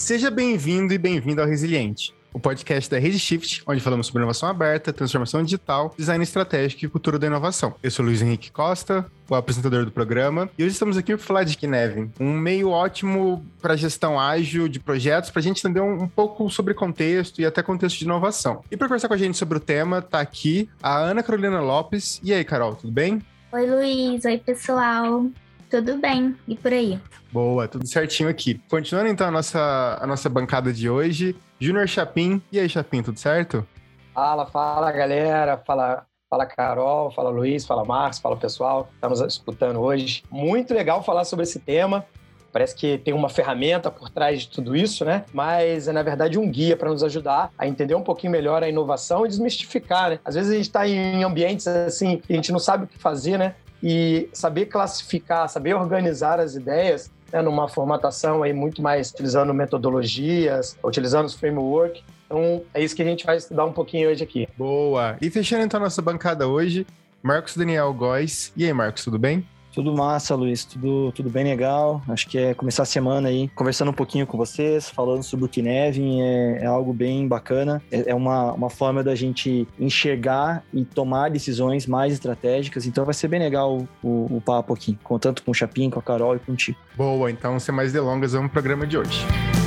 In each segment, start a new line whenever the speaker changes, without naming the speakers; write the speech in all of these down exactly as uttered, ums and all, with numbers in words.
Seja bem-vindo e bem-vindo ao Resiliente, o podcast da Rede Shift, onde falamos sobre inovação aberta, transformação digital, design estratégico e cultura da inovação. Eu sou Luiz Henrique Costa, o apresentador do programa, e hoje estamos aqui para falar de Kneven, um meio ótimo para gestão ágil de projetos, para a gente entender um, um pouco sobre contexto e até contexto de inovação. E para conversar com a gente sobre o tema, está aqui a Ana Carolina Lopes. E aí, Carol, tudo bem?
Oi, Luiz. Oi, pessoal. Tudo bem? E por aí?
Boa, tudo certinho aqui. Continuando então a nossa, a nossa bancada de hoje, Júnior Chapim. E aí, Chapim, tudo certo?
Fala, fala, galera. Fala, fala, Carol. Fala, Luiz. Fala, Marcos. Fala, pessoal. Estamos escutando hoje. Muito legal falar sobre esse tema. Parece que tem uma ferramenta por trás de tudo isso, né? Mas é, na verdade, um guia para nos ajudar a entender um pouquinho melhor a inovação e desmistificar, né? Às vezes a gente está em ambientes assim que a gente não sabe o que fazer, né? E saber classificar, saber organizar as ideias, né, numa formatação aí muito mais utilizando metodologias, utilizando os frameworks. Então, é isso que a gente vai estudar um pouquinho hoje aqui.
Boa! E fechando então a nossa bancada hoje, Marcos Daniel Góes. E aí, Marcos, tudo bem?
Tudo massa, Luiz. Tudo, tudo bem legal. Acho que é começar a semana aí conversando um pouquinho com vocês, falando sobre o Kneven. É, é algo bem bacana. É, é uma, uma forma da gente enxergar e tomar decisões mais estratégicas. Então vai ser bem legal o, o, o papo aqui, com, tanto com o Chapim, com a Carol e contigo.
Boa, então sem mais delongas, vamos pro programa de hoje.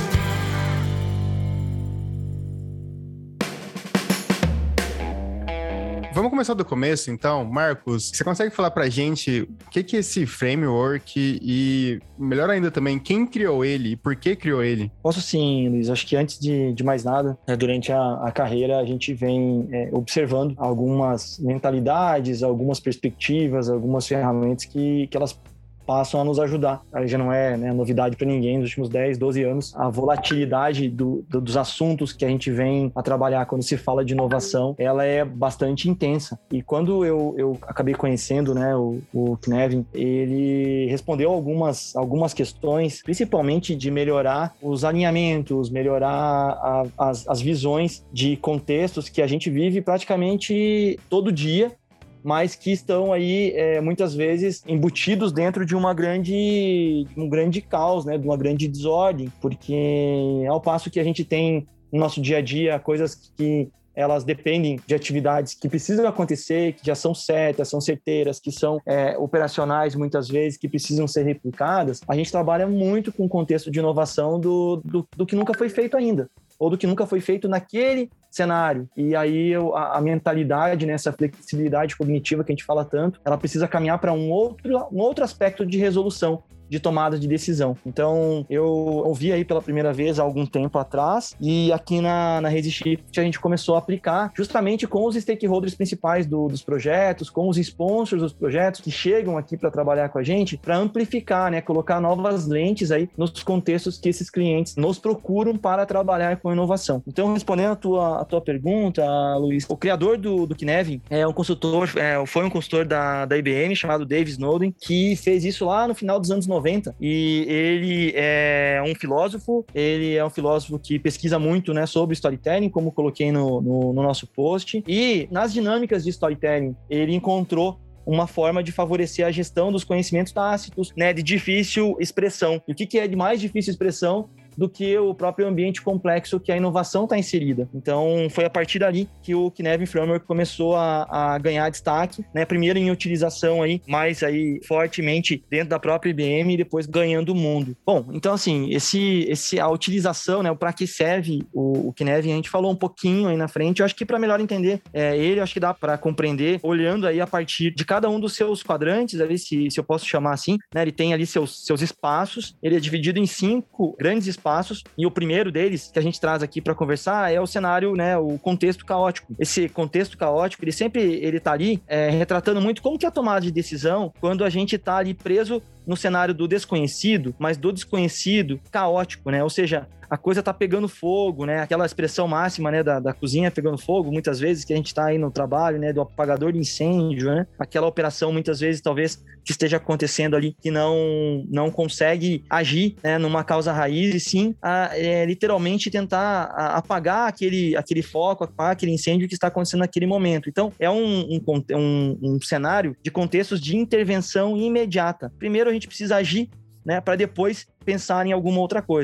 Vamos começar do começo, então. Marcos, você consegue falar pra gente o que que é esse framework e, melhor ainda também, quem criou ele e por que criou ele?
Posso sim, Luiz. Acho que antes de, de mais nada, né, durante a, a carreira, a gente vem é, observando algumas mentalidades, algumas perspectivas, algumas ferramentas que, que elas passam a nos ajudar. Aí já não é, né, novidade para ninguém nos últimos dez, doze anos. A volatilidade do, do, dos assuntos que a gente vem a trabalhar quando se fala de inovação, ela é bastante intensa. E quando eu, eu acabei conhecendo, né, o, o Kneven, ele respondeu algumas, algumas questões, principalmente de melhorar os alinhamentos, melhorar a, as, as visões de contextos que a gente vive praticamente todo dia, mas que estão aí, é, muitas vezes, embutidos dentro de uma grande, um grande caos, né? De uma grande desordem, porque ao passo que a gente tem no nosso dia a dia coisas que elas dependem de atividades que precisam acontecer, que já são certas, são certeiras, que são é, operacionais muitas vezes, que precisam ser replicadas, a gente trabalha muito com o contexto de inovação do, do, do que nunca foi feito ainda, ou do que nunca foi feito naquele cenário. E aí a, a mentalidade, né, essa flexibilidade cognitiva que a gente fala tanto, ela precisa caminhar para um outro, um outro aspecto de resolução, de tomada de decisão. Então, eu ouvi aí pela primeira vez há algum tempo atrás, e aqui na, na Rede Shift a gente começou a aplicar justamente com os stakeholders principais do, dos projetos, com os sponsors dos projetos que chegam aqui para trabalhar com a gente, para amplificar, né, colocar novas lentes aí nos contextos que esses clientes nos procuram para trabalhar com inovação. Então, respondendo a tua, a tua pergunta, Luiz, o criador do, do Kneven é um consultor, é, foi um consultor da, da I B M chamado Dave Snowden, que fez isso lá no final dos anos noventa, e ele é um filósofo, ele é um filósofo que pesquisa muito, né, sobre storytelling, como coloquei no, no, no nosso post, e nas dinâmicas de storytelling, ele encontrou uma forma de favorecer a gestão dos conhecimentos tácitos, né, de difícil expressão. E o que, que é de mais difícil expressão do que o próprio ambiente complexo que a inovação está inserida. Então, foi a partir dali que o Kneven Framework começou a, a ganhar destaque, né? Primeiro em utilização aí, mais aí fortemente dentro da própria I B M e depois ganhando o mundo. Bom, então assim, esse, esse, a utilização, né? Para que serve o, o Kneven, a gente falou um pouquinho aí na frente. Eu acho que para melhor entender é, ele, eu acho que dá para compreender olhando aí a partir de cada um dos seus quadrantes, ali, se, se eu posso chamar assim, né? Ele tem ali seus, seus espaços, ele é dividido em cinco grandes espaços, passos, e o primeiro deles que a gente traz aqui para conversar é o cenário, né, o contexto caótico. Esse contexto caótico, ele sempre ele tá ali é, retratando muito como que é a tomada de decisão quando a gente tá ali preso no cenário do desconhecido, mas do desconhecido caótico, né? Ou seja, a coisa tá pegando fogo, né? Aquela expressão máxima, né, da, da cozinha pegando fogo, muitas vezes que a gente tá aí no trabalho, né, do apagador de incêndio, né? Aquela operação, muitas vezes, talvez, que esteja acontecendo ali, que não, não consegue agir, né, numa causa raiz, e sim, a, é, literalmente tentar a, apagar aquele, aquele foco, apagar aquele incêndio que está acontecendo naquele momento. Então, é um, um, um, um cenário de contextos de intervenção imediata. Primeiro, a gente precisa agir, né, para depois pensar em alguma outra coisa.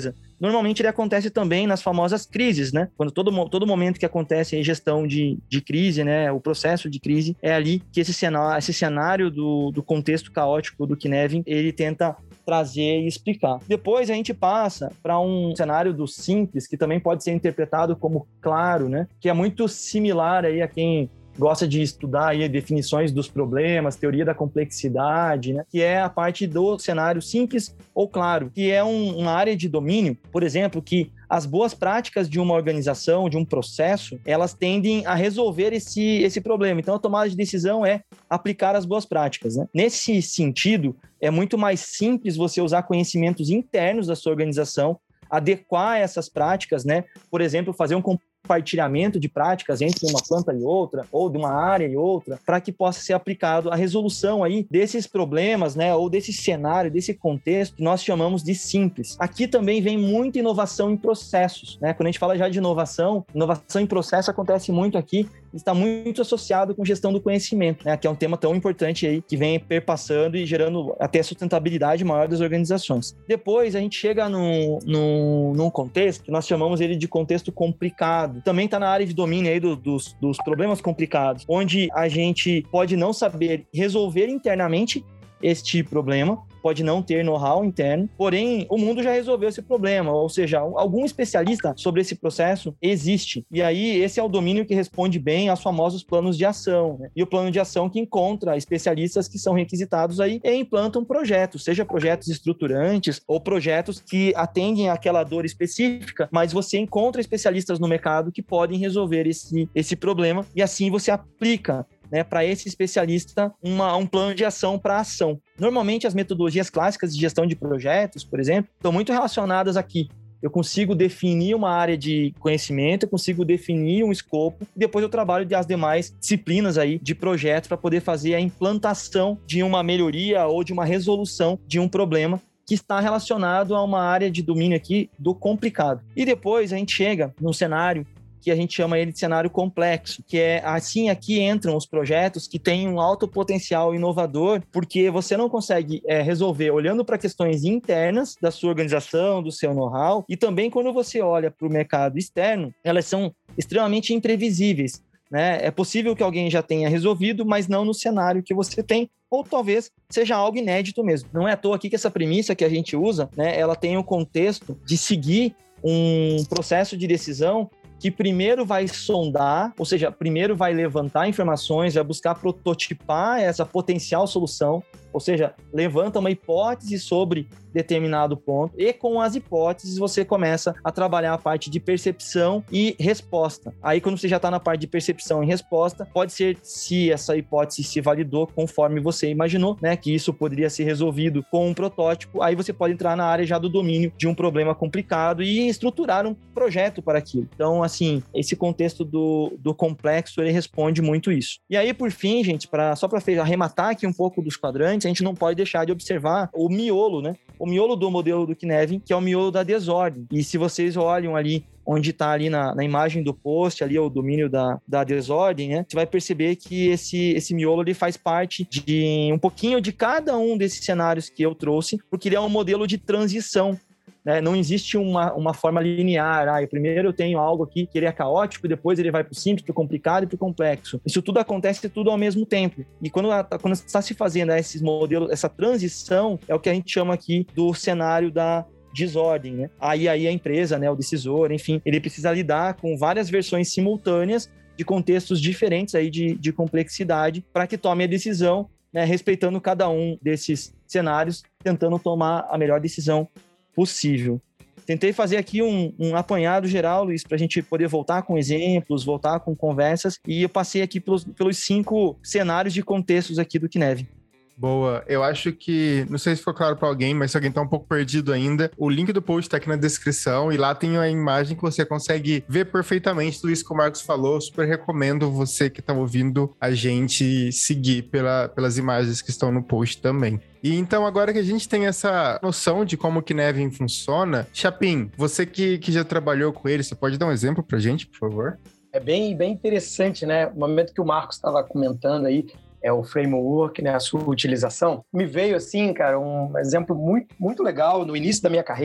normalmente ele acontece também nas famosas crises, né? Quando todo, todo momento que acontece a gestão de, de crise, né? O processo de crise, é ali que esse cenário, esse cenário do, do contexto caótico do Cynefin, ele tenta trazer e explicar. Depois a gente passa para um cenário do simples, que também pode ser interpretado como claro, né? Que é muito similar aí a quem gosta de estudar aí definições dos problemas, teoria da complexidade, né? Que é a parte do cenário simples ou claro, que é um, uma área de domínio, por exemplo, que as boas práticas de uma organização, de um processo, elas tendem a resolver esse, esse problema. Então, a tomada de decisão é aplicar as boas práticas, né? Nesse sentido, é muito mais simples você usar conhecimentos internos da sua organização, adequar essas práticas, né? Por exemplo, fazer um compartilhamento de práticas entre uma planta e outra, ou de uma área e outra, para que possa ser aplicado a resolução aí desses problemas, né, ou desse cenário, desse contexto, que nós chamamos de simples. Aqui também vem muita inovação em processos, né? Quando a gente fala já de inovação, inovação em processo acontece muito aqui, está muito associado com gestão do conhecimento, né? Que é um tema tão importante aí, que vem perpassando e gerando até sustentabilidade maior das organizações. Depois, a gente chega num, num, num contexto que nós chamamos ele de contexto complicado. Também está na área de domínio aí do, dos, dos problemas complicados, onde a gente pode não saber resolver internamente este problema, pode não ter know-how interno, porém o mundo já resolveu esse problema, ou seja, algum especialista sobre esse processo existe. E aí esse é o domínio que responde bem aos famosos planos de ação, né? E o plano de ação que encontra especialistas que são requisitados aí e implantam projetos, seja projetos estruturantes ou projetos que atendem àquela dor específica, mas você encontra especialistas no mercado que podem resolver esse, esse problema e assim você aplica, né, para esse especialista uma, um plano de ação para ação. Normalmente as metodologias clássicas de gestão de projetos, por exemplo, estão muito relacionadas aqui. Eu consigo definir uma área de conhecimento, eu consigo definir um escopo, e depois eu trabalho as demais disciplinas aí de projetos para poder fazer a implantação de uma melhoria ou de uma resolução de um problema que está relacionado a uma área de domínio aqui do complicado. E depois a gente chega num cenário que a gente chama ele de cenário complexo, que é assim, aqui entram os projetos que têm um alto potencial inovador, porque você não consegue é, resolver olhando para questões internas da sua organização, do seu know-how, e também quando você olha para o mercado externo, elas são extremamente imprevisíveis, né? É possível que alguém já tenha resolvido, mas não no cenário que você tem, ou talvez seja algo inédito mesmo. Não é à toa aqui que essa premissa que a gente usa, né, ela tem o contexto de seguir um processo de decisão que primeiro vai sondar, ou seja, primeiro vai levantar informações, vai buscar prototipar essa potencial solução, ou seja, levanta uma hipótese sobre determinado ponto e com as hipóteses você começa a trabalhar a parte de percepção e resposta. Aí quando você já está na parte de percepção e resposta, pode ser se essa hipótese se validou conforme você imaginou, né, que isso poderia ser resolvido com um protótipo, aí você pode entrar na área já do domínio de um problema complicado e estruturar um projeto para aquilo. Então, assim, esse contexto do, do complexo, ele responde muito isso. E aí, por fim, gente, pra, só para arrematar aqui um pouco dos quadrantes, a gente não pode deixar de observar o miolo, né? O miolo do modelo do Cynefin, que é o miolo da desordem. E se vocês olham ali, onde está ali na, na imagem do post, ali é o domínio da, da desordem, né? Você vai perceber que esse, esse miolo ele faz parte de um pouquinho de cada um desses cenários que eu trouxe, porque ele é um modelo de transição. Né? Não existe uma, uma forma linear. Ah, primeiro eu tenho algo aqui que ele é caótico, depois ele vai para o simples, para o complicado e para o complexo. Isso tudo acontece tudo ao mesmo tempo. E quando quando está se fazendo né, esses modelos, essa transição, é o que a gente chama aqui do cenário da desordem. Né? Aí, aí a empresa, né, o decisor, enfim, ele precisa lidar com várias versões simultâneas de contextos diferentes aí de, de complexidade para que tome a decisão, né, respeitando cada um desses cenários, tentando tomar a melhor decisão possível. Tentei fazer aqui um, um apanhado geral, Luiz, para a gente poder voltar com exemplos, voltar com conversas, e eu passei aqui pelos, pelos cinco cenários de contextos aqui do Cynefin.
Boa, eu acho que, não sei se ficou claro para alguém, mas se alguém tá um pouco perdido ainda, o link do post tá aqui na descrição e lá tem a imagem que você consegue ver perfeitamente tudo isso que o Marcos falou. Super recomendo você que tá ouvindo a gente seguir pela, pelas imagens que estão no post também. E então, agora que a gente tem essa noção de como o Cynefin funciona, Chapim, você que, que já trabalhou com ele, você pode dar um exemplo pra gente, por favor?
É bem, bem interessante, né? O momento que o Marcos estava comentando aí, é o framework, né, a sua utilização, me veio assim, cara, um exemplo muito, muito legal no início da minha carreira,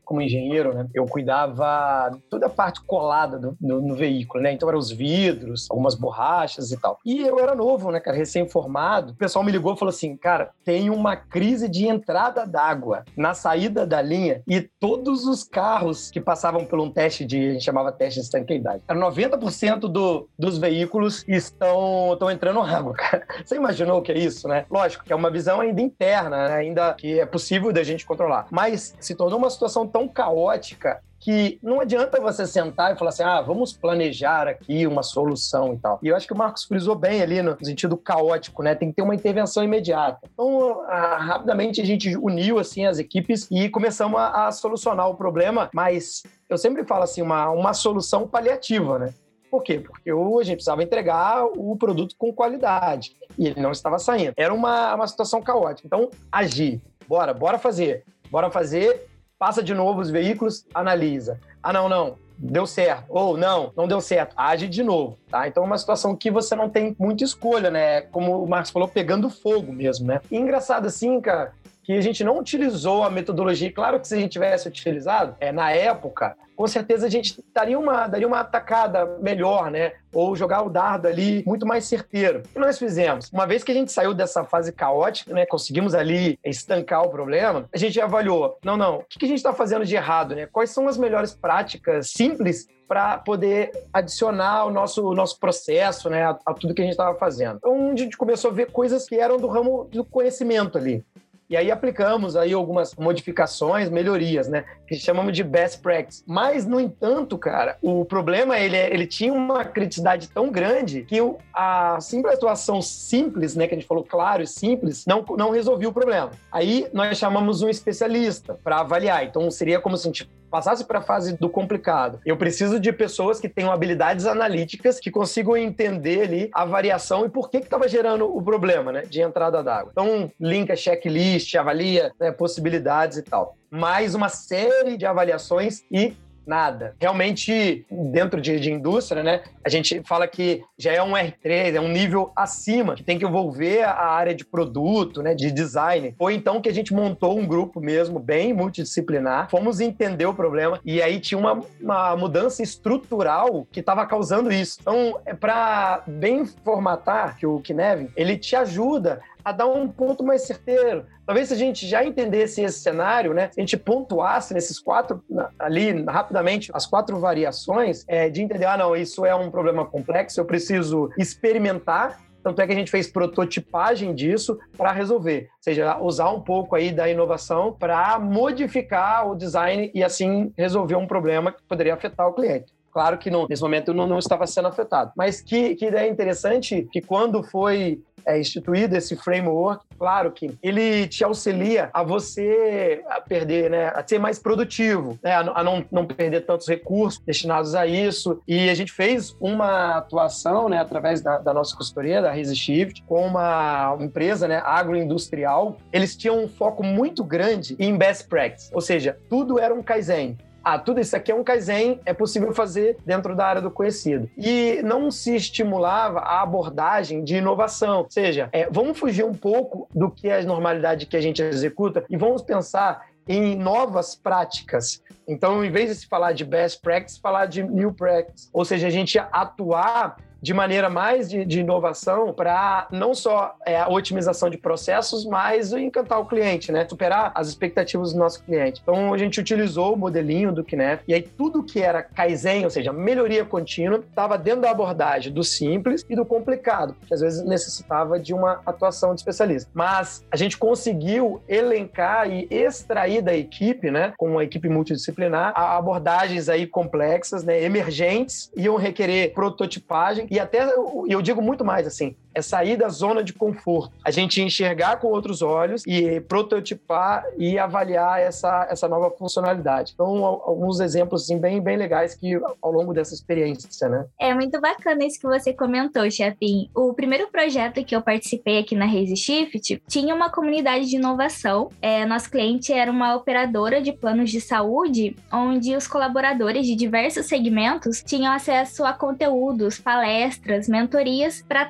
como engenheiro, né, eu cuidava toda a parte colada do, no, no veículo, né? Então eram os vidros, algumas borrachas e tal. E eu era novo, né, cara, recém-formado. O pessoal me ligou e falou assim, cara, tem uma crise de entrada d'água na saída da linha e todos os carros que passavam por um teste de, a gente chamava teste de estanqueidade, noventa por cento do, dos veículos estão, estão entrando água, cara. Você imaginou o que é isso, né? Lógico que é uma visão ainda interna, né? Ainda que é possível da gente controlar. Mas se tornou uma situação tão caótica que não adianta você sentar e falar assim, ah, vamos planejar aqui uma solução e tal. E eu acho que o Marcos frisou bem ali no sentido caótico, né? Tem que ter uma intervenção imediata. Então, ah, rapidamente a gente uniu, assim, as equipes e começamos a, a solucionar o problema, mas eu sempre falo assim, uma, uma solução paliativa, né? Por quê? Porque hoje a gente precisava entregar o produto com qualidade e ele não estava saindo. Era uma, uma situação caótica. Então, agir. Bora, bora fazer. Bora fazer, passa de novo os veículos, analisa. Ah, não, não, deu certo. Ou não, não deu certo. Age de novo, tá? Então é uma situação que você não tem muita escolha, né? Como o Marcos falou, pegando fogo mesmo, né? E engraçado assim, cara, que a gente não utilizou a metodologia. Claro que se a gente tivesse utilizado, é, na época, com certeza a gente daria uma, daria uma atacada melhor, né? Ou jogar o dardo ali muito mais certeiro. O que nós fizemos? Uma vez que a gente saiu dessa fase caótica, né? Conseguimos ali estancar o problema, a gente avaliou, não, não, o que a gente está fazendo de errado, né? Quais são as melhores práticas simples para poder adicionar o nosso, o nosso processo, né? A, a tudo que a gente estava fazendo. Então, a gente começou a ver coisas que eram do ramo do conhecimento ali. E aí aplicamos aí algumas modificações, melhorias, né? Que chamamos de best practice. Mas, no entanto, cara, o problema, ele, ele tinha uma criticidade tão grande que a simples atuação simples, né? Que a gente falou claro e simples, não, não resolvia o problema. Aí nós chamamos um especialista para avaliar. Então, seria como se a gente passasse para a fase do complicado. Eu preciso de pessoas que tenham habilidades analíticas, que consigam entender ali a variação e por que estava gerando o problema, né, de entrada d'água. Então, linka checklist, avalia, né, possibilidades e tal. Mais uma série de avaliações e nada. Realmente, dentro de, de indústria, né, a gente fala que já é um R três, é um nível acima, que tem que envolver a área de produto, né, de design. Foi então que a gente montou um grupo mesmo, bem multidisciplinar, fomos entender o problema e aí tinha uma, uma mudança estrutural que estava causando isso. Então, é para bem formatar, que o Kinevin, ele te ajuda a dar um ponto mais certeiro. Talvez se a gente já entendesse esse cenário, né, se a gente pontuasse nesses quatro, ali, rapidamente, as quatro variações, é, de entender, ah, não, isso é um problema complexo, eu preciso experimentar, tanto é que a gente fez prototipagem disso para resolver, ou seja, usar um pouco aí da inovação para modificar o design e assim resolver um problema que poderia afetar o cliente. Claro que não, nesse momento não, não estava sendo afetado. Mas que, que ideia interessante que quando foi é, instituído esse framework, claro que ele te auxilia a você a perder, né, a ser mais produtivo, né, a, a não, não perder tantos recursos destinados a isso. E a gente fez uma atuação, né, através da, da nossa consultoria, da ResiShift, com uma empresa, né, agroindustrial. Eles tinham um foco muito grande em best practice, ou seja, tudo era um Kaizen. Ah, tudo isso aqui é um Kaizen, é possível fazer dentro da área do conhecido. E não se estimulava a abordagem de inovação. Ou seja, é, vamos fugir um pouco do que é a normalidade que a gente executa e vamos pensar em novas práticas. Então, em vez de se falar de best practice, falar de new practice. Ou seja, a gente atuar de maneira mais de, de inovação para não só é, a otimização de processos, mas encantar o cliente, né? Superar as expectativas do nosso cliente. Então, a gente utilizou o modelinho do Kinevin e aí tudo que era Kaizen, ou seja, melhoria contínua, estava dentro da abordagem do simples e do complicado, que às vezes necessitava de uma atuação de especialista. Mas a gente conseguiu elencar e extrair da equipe, né, com uma equipe multidisciplinar, abordagens aí complexas, né, emergentes, iam requerer prototipagem. E até, eu digo muito mais assim, é sair da zona de conforto. A gente enxergar com outros olhos e prototipar e avaliar essa, essa nova funcionalidade. Então, alguns exemplos assim, bem, bem legais que ao longo dessa experiência, né?
É muito bacana isso que você comentou, Chefim. O primeiro projeto que eu participei aqui na ResiShift tinha uma comunidade de inovação. É, nosso cliente era uma operadora de planos de saúde, onde os colaboradores de diversos segmentos tinham acesso a conteúdos, palestras, mentorias para estar desenvolvendo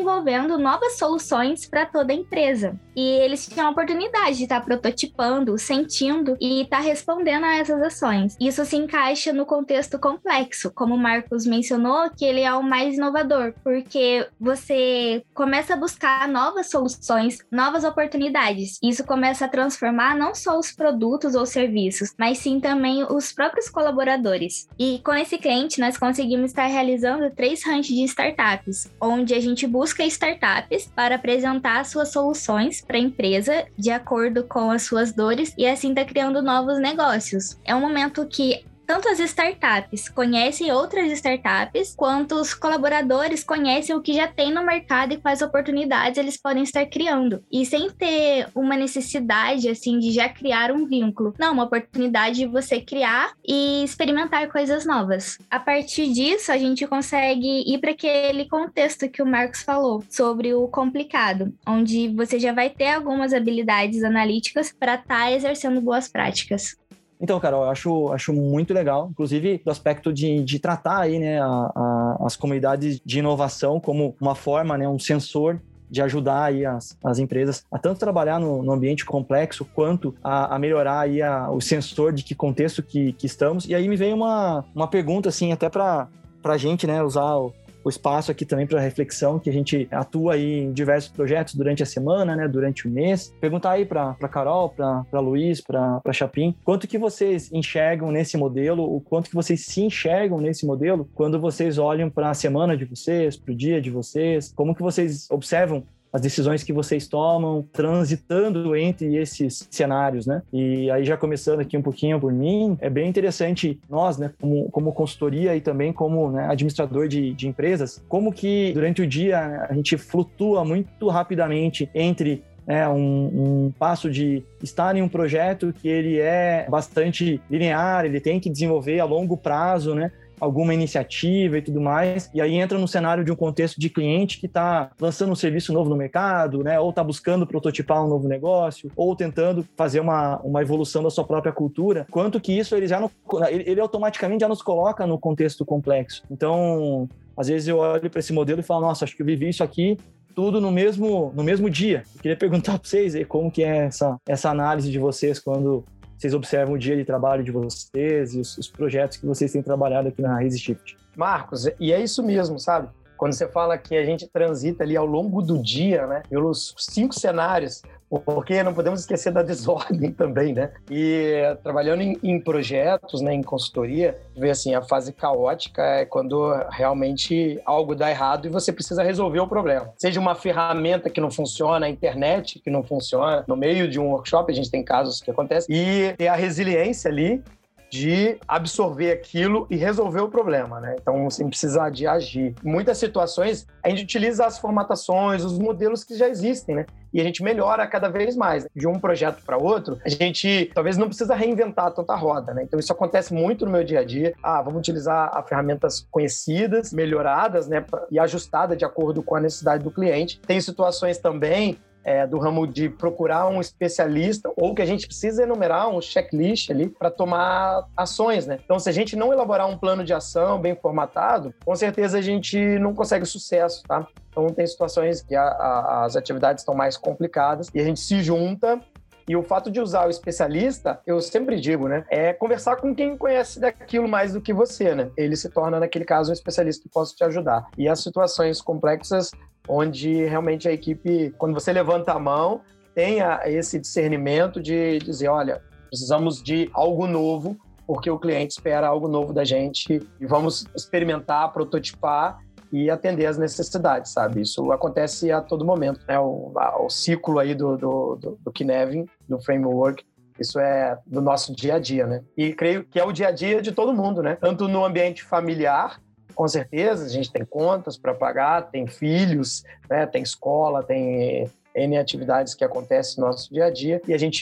desenvolvendo novas soluções para toda a empresa. E eles tinham a oportunidade de estar prototipando, sentindo e estar respondendo a essas ações. Isso se encaixa no contexto complexo, como o Marcos mencionou, que ele é o mais inovador, porque você começa a buscar novas soluções, novas oportunidades. Isso começa a transformar não só os produtos ou serviços, mas sim também os próprios colaboradores. E com esse cliente, nós conseguimos estar realizando três hunts de startups, onde a gente busca startups para apresentar suas soluções para a empresa de acordo com as suas dores e assim tá criando novos negócios. É um momento que tanto as startups conhecem outras startups, quanto os colaboradores conhecem o que já tem no mercado e quais oportunidades eles podem estar criando. E sem ter uma necessidade, assim, de já criar um vínculo. Não, uma oportunidade de você criar e experimentar coisas novas. A partir disso, a gente consegue ir para aquele contexto que o Marcos falou, sobre o complicado, onde você já vai ter algumas habilidades analíticas para estar exercendo boas práticas.
Então, Carol, eu acho, acho muito legal, inclusive do aspecto de, de tratar aí, né, a, a, as comunidades de inovação como uma forma, né, um sensor de ajudar aí as, as empresas a tanto trabalhar no, no ambiente complexo, quanto a, a melhorar aí a, o sensor de que contexto que, que estamos. E aí me veio uma, uma pergunta, assim, até para a gente, né, usar o, o espaço aqui também para reflexão, que a gente atua aí em diversos projetos durante a semana, né, durante o mês. Perguntar aí para a Carol, para Luiz, para Chapim, quanto que vocês enxergam nesse modelo, o quanto que vocês se enxergam nesse modelo quando vocês olham para a semana de vocês, para o dia de vocês, como que vocês observam as decisões que vocês tomam, transitando entre esses cenários, né? E aí já começando aqui um pouquinho por mim, é bem interessante nós, né, como, como consultoria e também como, né, administrador de, de empresas, como que durante o dia, né, a gente flutua muito rapidamente entre É um, um passo de estar em um projeto que ele é bastante linear, ele tem que desenvolver a longo prazo, né, alguma iniciativa e tudo mais, e aí entra no cenário de um contexto de cliente que está lançando um serviço novo no mercado, né, ou está buscando prototipar um novo negócio, ou tentando fazer uma, uma evolução da sua própria cultura, quanto que isso ele já não, ele, ele automaticamente já nos coloca no contexto complexo. Então, às vezes eu olho para esse modelo e falo, nossa, acho que eu vivi isso aqui tudo no mesmo, no mesmo dia. Eu queria perguntar para vocês aí como que é essa, essa análise de vocês quando vocês observam o dia de trabalho de vocês e os, os projetos que vocês têm trabalhado aqui na ResiShift.
Marcos, e é isso mesmo, sabe? Quando você fala que a gente transita ali ao longo do dia, né, pelos cinco cenários, porque não podemos esquecer da desordem também, né? E trabalhando em, em projetos, né, em consultoria, vê assim, a fase caótica é quando realmente algo dá errado e você precisa resolver o problema. Seja uma ferramenta que não funciona, a internet que não funciona, no meio de um workshop, a gente tem casos que acontecem, e ter a resiliência ali de absorver aquilo e resolver o problema, né? Então, sem precisar de agir. Em muitas situações, a gente utiliza as formatações, os modelos que já existem, né? E a gente melhora cada vez mais. De um projeto para outro, a gente talvez não precisa reinventar tanta roda, né? Então, isso acontece muito no meu dia a dia. Ah, vamos utilizar as ferramentas conhecidas, melhoradas, né? E ajustadas de acordo com a necessidade do cliente. Tem situações também É, do ramo de procurar um especialista ou que a gente precisa enumerar um checklist ali para tomar ações, né? Então, se a gente não elaborar um plano de ação bem formatado, com certeza a gente não consegue sucesso, tá? Então, tem situações que a, a, as atividades estão mais complicadas e a gente se junta. E o fato de usar o especialista, eu sempre digo, né, é conversar com quem conhece daquilo mais do que você, né? Ele se torna, naquele caso, um especialista que possa te ajudar. E as situações complexas, onde realmente a equipe, quando você levanta a mão, tenha esse discernimento de dizer, olha, precisamos de algo novo, porque o cliente espera algo novo da gente e vamos experimentar, prototipar e atender às necessidades, sabe? Isso acontece a todo momento, né? O, a, o ciclo aí do, do, do, do Kinevin, do framework, isso é do nosso dia a dia, né? E creio que é o dia a dia de todo mundo, né? Tanto no ambiente familiar, com certeza, a gente tem contas para pagar, tem filhos, né? Tem escola, tem N atividades que acontecem no nosso dia a dia, e a gente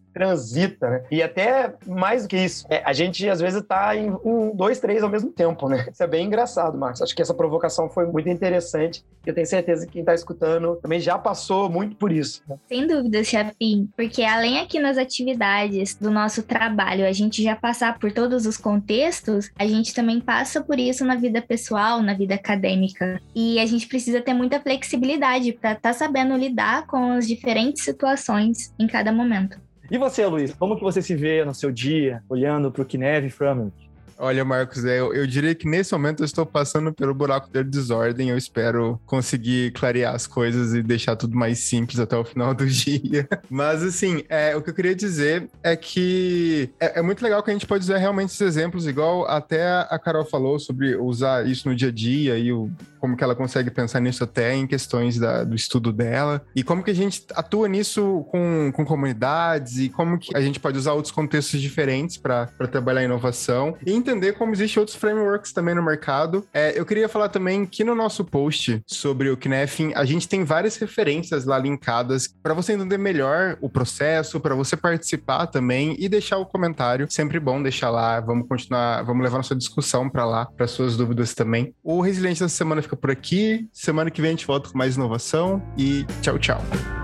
transita, né? E até mais do que isso, é, a gente às vezes tá em um, dois, três ao mesmo tempo, né? Isso é bem engraçado, Marcos. Acho que essa provocação foi muito interessante. Eu tenho certeza que quem tá escutando também já passou muito por isso. Né?
Sem dúvida, Chapim, porque além aqui nas atividades do nosso trabalho, a gente já passar por todos os contextos, a gente também passa por isso na vida pessoal, na vida acadêmica. E a gente precisa ter muita flexibilidade para estar tá sabendo lidar com as diferentes situações em cada momento.
E você, Luiz, como que você se vê no seu dia, olhando para o Kineve Framework?
Olha, Marcos, eu, eu diria que nesse momento eu estou passando pelo buraco da desordem. Eu espero conseguir clarear as coisas e deixar tudo mais simples até o final do dia. Mas, assim, é, o que eu queria dizer é que é, é muito legal que a gente pode usar realmente esses exemplos, igual até a Carol falou sobre usar isso no dia a dia e o, como que ela consegue pensar nisso até em questões da, do estudo dela. E como que a gente atua nisso com, com comunidades e como que a gente pode usar outros contextos diferentes para trabalhar a inovação. E entender como existem outros frameworks também no mercado. É, eu queria falar também que no nosso post sobre o Kinefin, a gente tem várias referências lá linkadas para você entender melhor o processo, para você participar também e deixar o comentário. Sempre bom deixar lá. Vamos continuar, vamos levar nossa discussão para lá, para suas dúvidas também. O Resiliente dessa semana fica por aqui. Semana que vem a gente volta com mais inovação e tchau, tchau.